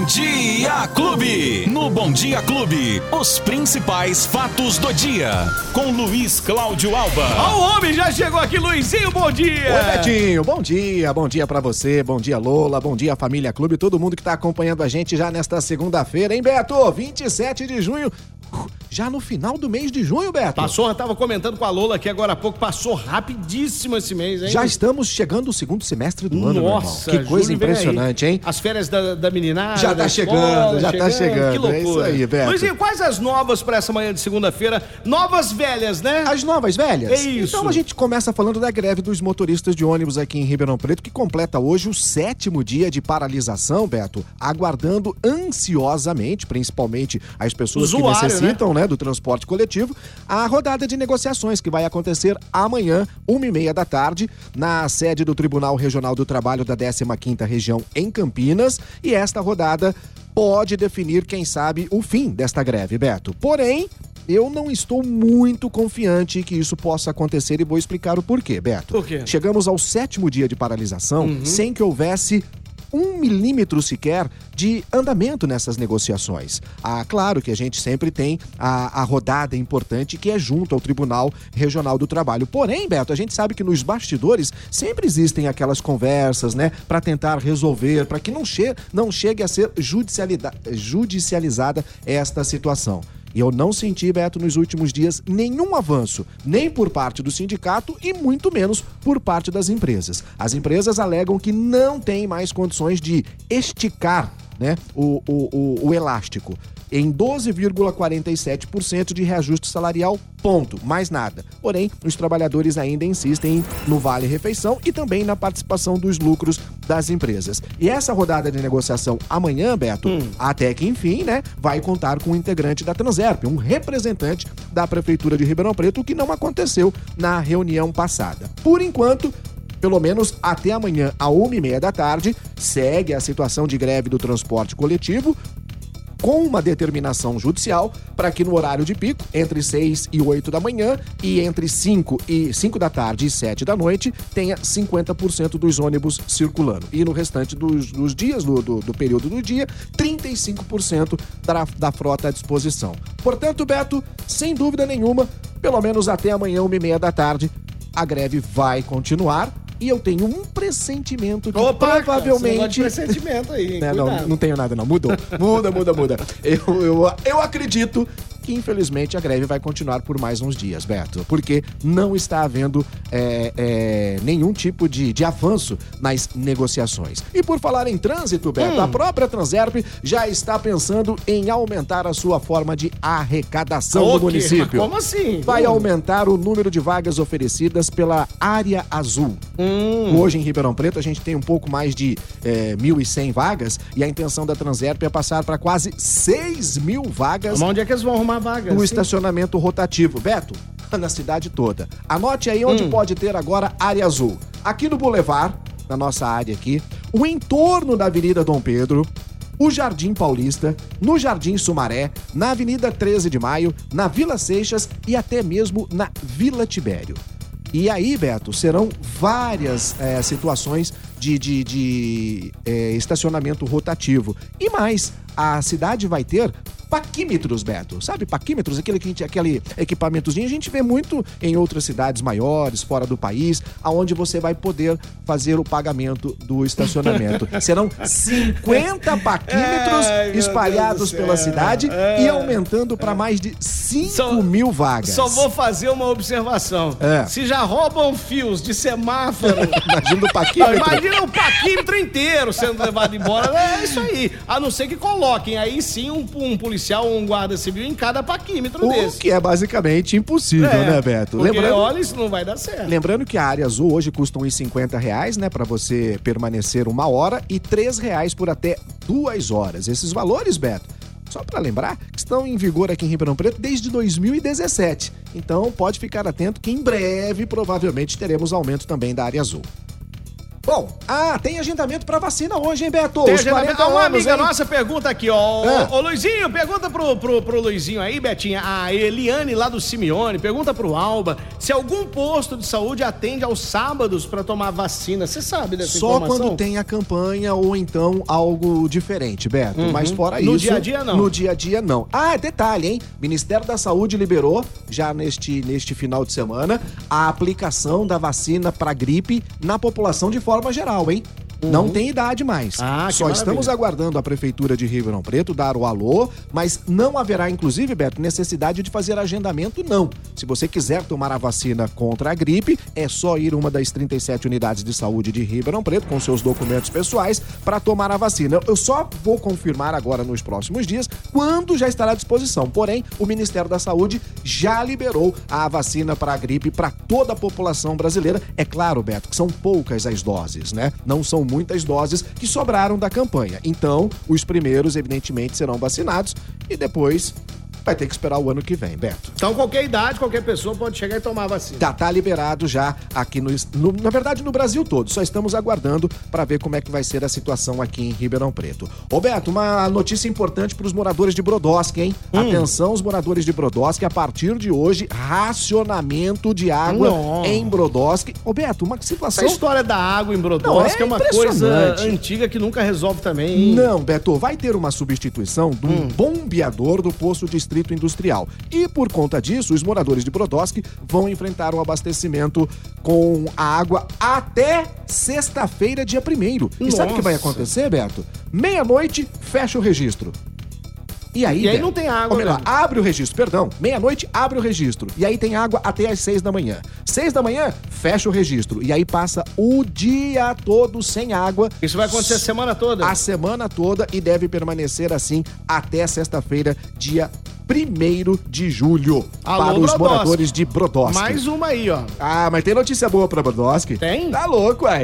Dia Clube. No Bom Dia Clube, os principais fatos do dia. Com Luiz Cláudio Alba. Ó, o homem já chegou aqui, Luizinho, bom dia. Oi, Betinho, bom dia pra você, bom dia Lola, bom dia Família Clube, todo mundo que tá acompanhando a gente já nesta segunda-feira, hein, Beto? 27 de junho. Já no final do mês de junho, Beto. Passou, eu tava comentando com a Lola aqui agora há pouco, passou rapidíssimo esse mês, hein? Já estamos chegando no segundo semestre do ano, Nossa, meu irmão. Que coisa impressionante, hein? As férias da meninada. Já tá chegando, tá chegando. Que loucura. É isso aí, Beto. Luizinho, quais as novas pra essa manhã de segunda-feira? Novas velhas, né? As novas velhas? É isso. Então a gente começa falando da greve dos motoristas de ônibus aqui em Ribeirão Preto, que completa hoje o 7º dia de paralisação, Beto, aguardando ansiosamente, principalmente as pessoas que necessitam, né, do transporte coletivo, a rodada de negociações que vai acontecer amanhã, 1h30 da tarde, na sede do Tribunal Regional do Trabalho da 15ª Região em Campinas, e esta rodada pode definir, quem sabe, o fim desta greve, Beto. Porém, eu não estou muito confiante que isso possa acontecer e vou explicar o porquê, Beto. Por quê? Chegamos ao 7º dia de paralisação sem que houvesse 1 milímetro sequer de andamento nessas negociações. Claro que a gente sempre tem a rodada importante que é junto ao Tribunal Regional do Trabalho. Porém, Beto, a gente sabe que nos bastidores sempre existem aquelas conversas, né, para tentar resolver, para que não chegue a ser judicializada esta situação. E eu não senti, Beto, nos últimos dias nenhum avanço, nem por parte do sindicato e muito menos por parte das empresas. As empresas alegam que não têm mais condições de esticar, né, o elástico em 12,47% de reajuste salarial, ponto, mais nada. Porém, os trabalhadores ainda insistem no vale-refeição e também na participação dos lucros das empresas. E essa rodada de negociação amanhã, Beto, até que enfim, né, vai contar com um integrante da Transerp, um representante da Prefeitura de Ribeirão Preto, o que não aconteceu na reunião passada. Por enquanto, pelo menos até amanhã, à 1h30 da tarde, segue a situação de greve do transporte coletivo, com uma determinação judicial para que no horário de pico, entre 6 e 8 da manhã e entre 5 da tarde e 7 da noite, tenha 50% dos ônibus circulando. E no restante dos dias, do período do dia, 35% da frota à disposição. Portanto, Beto, sem dúvida nenhuma, pelo menos até amanhã, 1h30 da tarde, a greve vai continuar. E eu tenho um pressentimento que provavelmente... pressentimento aí, né, não tenho nada não, Muda. Eu acredito que infelizmente a greve vai continuar por mais uns dias, Beto, porque não está havendo nenhum tipo de avanço nas negociações. E por falar em trânsito, Beto, a própria Transerp já está pensando em aumentar a sua forma de arrecadação no município. Como assim? Vai aumentar o número de vagas oferecidas pela Área Azul. Hoje em Ribeirão Preto a gente tem um pouco mais de 1.100 vagas e a intenção da Transerp é passar para quase 6.000 vagas. Mas onde é que eles vão arrumar vagas? No estacionamento rotativo. Beto, na cidade toda. Anote aí onde pode ter agora Área Azul. Aqui no Boulevard, na nossa área aqui, o entorno da Avenida Dom Pedro, o Jardim Paulista, no Jardim Sumaré, na Avenida 13 de Maio, na Vila Seixas e até mesmo na Vila Tibério. E aí, Beto, serão várias situações de estacionamento rotativo. E mais, a cidade vai ter paquímetros, Beto. Sabe paquímetros? Aquele equipamentozinho a gente vê muito em outras cidades maiores, fora do país, aonde você vai poder fazer o pagamento do estacionamento. Serão 50 paquímetros espalhados pela cidade e aumentando para mais de 5.000 vagas. Só vou fazer uma observação. Se já roubam fios de semáforo... Imagina o paquímetro. Imagina o paquímetro inteiro sendo levado embora. É isso aí. A não ser que coloquem aí sim um policial ou um guarda civil em cada paquímetro desse. O que é basicamente impossível, né, Beto? Porque, olha, isso não vai dar certo. Lembrando que a Área Azul hoje custa uns R$50, né, pra você permanecer 1 hora e R$3 por até 2 horas. Esses valores, Beto, só para lembrar, que estão em vigor aqui em Ribeirão Preto desde 2017. Então pode ficar atento que em breve, provavelmente, teremos aumento também da Área Azul. Bom, tem agendamento pra vacina hoje, hein, Beto? Tem Os agendamento. 40 Uma anos, amiga hein? nossa pergunta aqui, ó. Ô, Luizinho, pergunta pro Luizinho aí, Betinha. A Eliane lá do Simeone, pergunta pro Alba se algum posto de saúde atende aos sábados pra tomar vacina. Você sabe dessa Só informação? quando tem a campanha ou então algo diferente, Beto. Mas fora isso... No dia a dia, não. No dia a dia, não. Detalhe, hein? Ministério da Saúde liberou, já neste final de semana, a aplicação da vacina pra gripe na população de forma geral, hein? Não tem idade mais. Só estamos aguardando a Prefeitura de Ribeirão Preto dar o alô, mas não haverá, inclusive, Beto, necessidade de fazer agendamento, não. Se você quiser tomar a vacina contra a gripe, é só ir a uma das 37 unidades de saúde de Ribeirão Preto com seus documentos pessoais para tomar a vacina. Eu só vou confirmar agora nos próximos dias quando já estará à disposição. Porém, o Ministério da Saúde já liberou a vacina para a gripe para toda a população brasileira. É claro, Beto, que são poucas as doses, né? Não são muitas doses que sobraram da campanha. Então, os primeiros, evidentemente, serão vacinados e depois vai ter que esperar o ano que vem, Beto. Então, qualquer idade, qualquer pessoa pode chegar e tomar a vacina. Tá liberado já aqui na verdade, no Brasil todo. Só estamos aguardando para ver como é que vai ser a situação aqui em Ribeirão Preto. Ô, Beto, uma notícia importante para os moradores de Brodowski, hein? Atenção, os moradores de Brodowski, a partir de hoje, racionamento de água em Brodowski. Ô, Beto, uma situação... Essa história da água em Brodowski é uma coisa antiga que nunca resolve também, hein? Não, Beto, vai ter uma substituição de um bombeador do poço Distrito Industrial. E por conta disso, os moradores de Brodowski vão enfrentar o abastecimento com a água até sexta-feira, dia 1º. E sabe o que vai acontecer, Beto? Meia-noite, fecha o registro. E aí não tem água, né? Abre o registro, meia-noite, abre o registro. E aí tem água até às 6 da manhã. 6 da manhã, fecha o registro. E aí passa o dia todo sem água. Isso vai acontecer a semana toda? A semana toda e deve permanecer assim até sexta-feira, dia 1º de julho. Alô, para os moradores de Brodowski. Mais uma aí, ó. Mas tem notícia boa pra Brodowski. Tem? Tá louco, ué.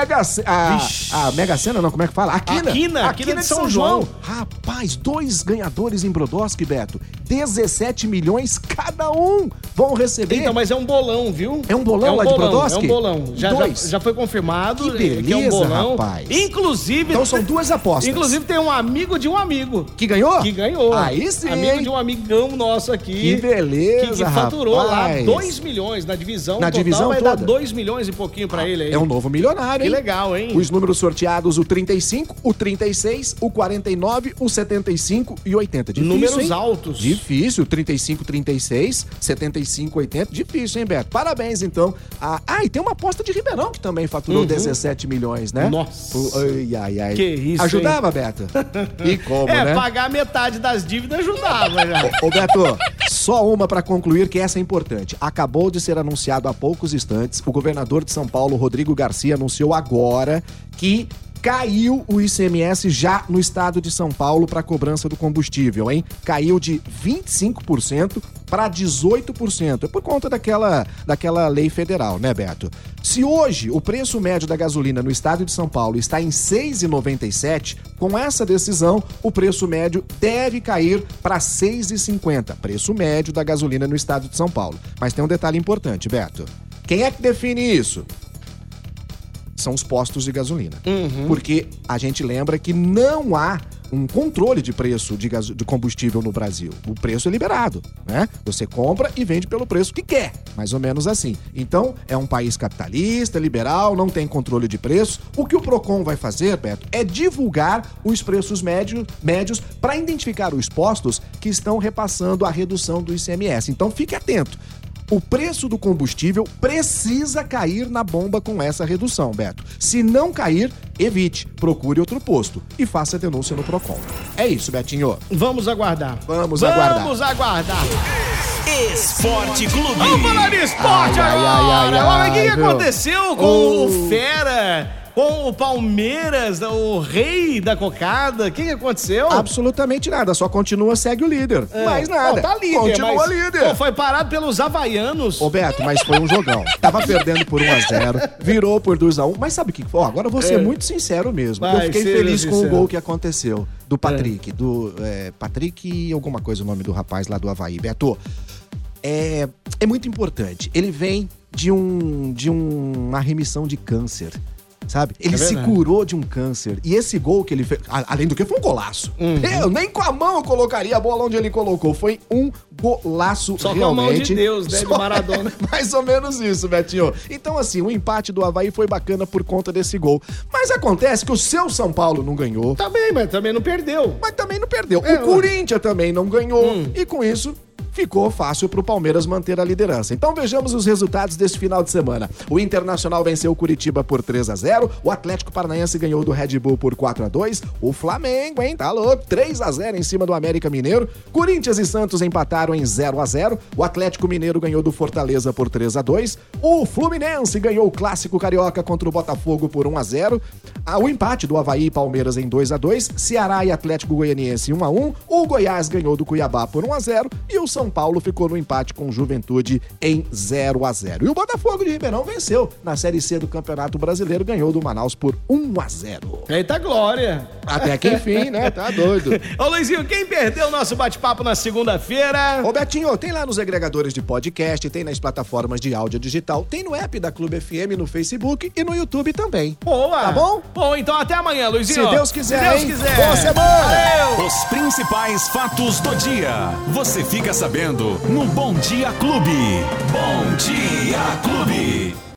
A Mega Sena, não, como é que fala? Aquina de São João. Rapaz, 2 ganhadores em Brodowski, Beto. 17 milhões cada um vão receber. Então, mas é um bolão, viu? É um bolão lá de Brodowski? É um bolão. Já foi confirmado. Que beleza, que é um bolão. rapaz. Inclusive... Então são 2 apostas. Inclusive tem um amigo de um amigo. Que ganhou? Que ganhou. Aí sim. Amigo de um amigão nosso aqui. Que beleza, que faturou rapaz. lá 2 milhões na divisão. Na divisão vai toda. dar 2 milhões e pouquinho pra ele aí. É um novo milionário, hein? Que legal, hein? Os números sorteados, o 35, o 36, o 49, o 75 e 80. Difícil, números hein? altos. Difícil, 35, 36, 75, 80. Difícil, hein, Beto? Parabéns, então. E tem uma aposta de Ribeirão que também faturou 17 milhões, né? Nossa. Ai. Que isso, ajudava, hein? Beto? E como, né? Pagar metade das dívidas ajudava, já. Ô, Beto, só uma para concluir que essa é importante. Acabou de ser anunciado há poucos instantes, o governador de São Paulo, Rodrigo Garcia, anunciou agora que caiu o ICMS já no estado de São Paulo para cobrança do combustível, hein? Caiu de 25% para 18%. É por conta daquela lei federal, né, Beto? Se hoje o preço médio da gasolina no estado de São Paulo está em R$ 6,97, com essa decisão, o preço médio deve cair para R$ 6,50. Preço médio da gasolina no estado de São Paulo. Mas tem um detalhe importante, Beto. Quem é que define isso? São os postos de gasolina. Porque a gente lembra que não há um controle de preço de combustível no Brasil. O preço é liberado, né? Você compra e vende pelo preço que quer, mais ou menos assim. Então, é um país capitalista, liberal, não tem controle de preços. O que o Procon vai fazer, Beto, é divulgar os preços médios para identificar os postos que estão repassando a redução do ICMS. Então, fique atento. O preço do combustível precisa cair na bomba com essa redução, Beto. Se não cair, evite, procure outro posto e faça a denúncia no Procon. É isso, Betinho. Vamos aguardar. Vamos aguardar. Esporte Clube. Vamos falar de esporte agora. O que aconteceu com o Fera? Com o Palmeiras, o rei da cocada, o que aconteceu? Absolutamente nada, só segue o líder. Mais nada. Tá líder, continua líder. Foi parado pelos havaianos. Ô, Beto, mas foi um jogão. Tava perdendo por 1-0, virou por 2-1. Mas sabe o que? Agora eu vou ser muito sincero mesmo. Eu fiquei feliz com o gol que aconteceu. Do Patrick. Patrick, alguma coisa o nome do rapaz lá do Avaí. Beto, é muito importante. Ele vem de uma remissão de câncer. sabe? Ele se curou de um câncer. E esse gol que ele fez, além do que foi um golaço. Eu nem com a mão eu colocaria a bola onde ele colocou. Foi um golaço só realmente. Com a mão de Deus, né? De Maradona. Mais ou menos isso, Betinho. Então, assim, o empate do Avaí foi bacana por conta desse gol. Mas acontece que o seu São Paulo não ganhou. Tá bem, mas também não perdeu. O Corinthians também não ganhou. E com isso, ficou fácil pro Palmeiras manter a liderança. Então vejamos os resultados desse final de semana. O Internacional venceu o Curitiba por 3-0, o Atlético Paranaense ganhou do Red Bull por 4-2, o Flamengo, hein, tá louco, 3-0 em cima do América Mineiro, Corinthians e Santos empataram em 0-0, o Atlético Mineiro ganhou do Fortaleza por 3-2, o Fluminense ganhou o Clássico Carioca contra o Botafogo por 1-0, o empate do Avaí e Palmeiras em 2-2, Ceará e Atlético Goianiense 1-1, o Goiás ganhou do Cuiabá por 1-0 e o São Paulo ficou no empate com o Juventude em 0-0. E o Botafogo de Ribeirão venceu na Série C do Campeonato Brasileiro, ganhou do Manaus por 1-0. Eita glória! Até que enfim, né? Tá doido. Ô Luizinho, quem perdeu o nosso bate-papo na segunda-feira? Ô Betinho, tem lá nos agregadores de podcast, tem nas plataformas de áudio digital, tem no app da Clube FM, no Facebook e no YouTube também. Boa! Tá bom? Bom, então até amanhã, Luizinho. Se Deus quiser, Se Deus hein? quiser. Boa semana! Valeu! Os principais fatos do dia. Você fica sabendo no Bom Dia Clube. Bom Dia Clube.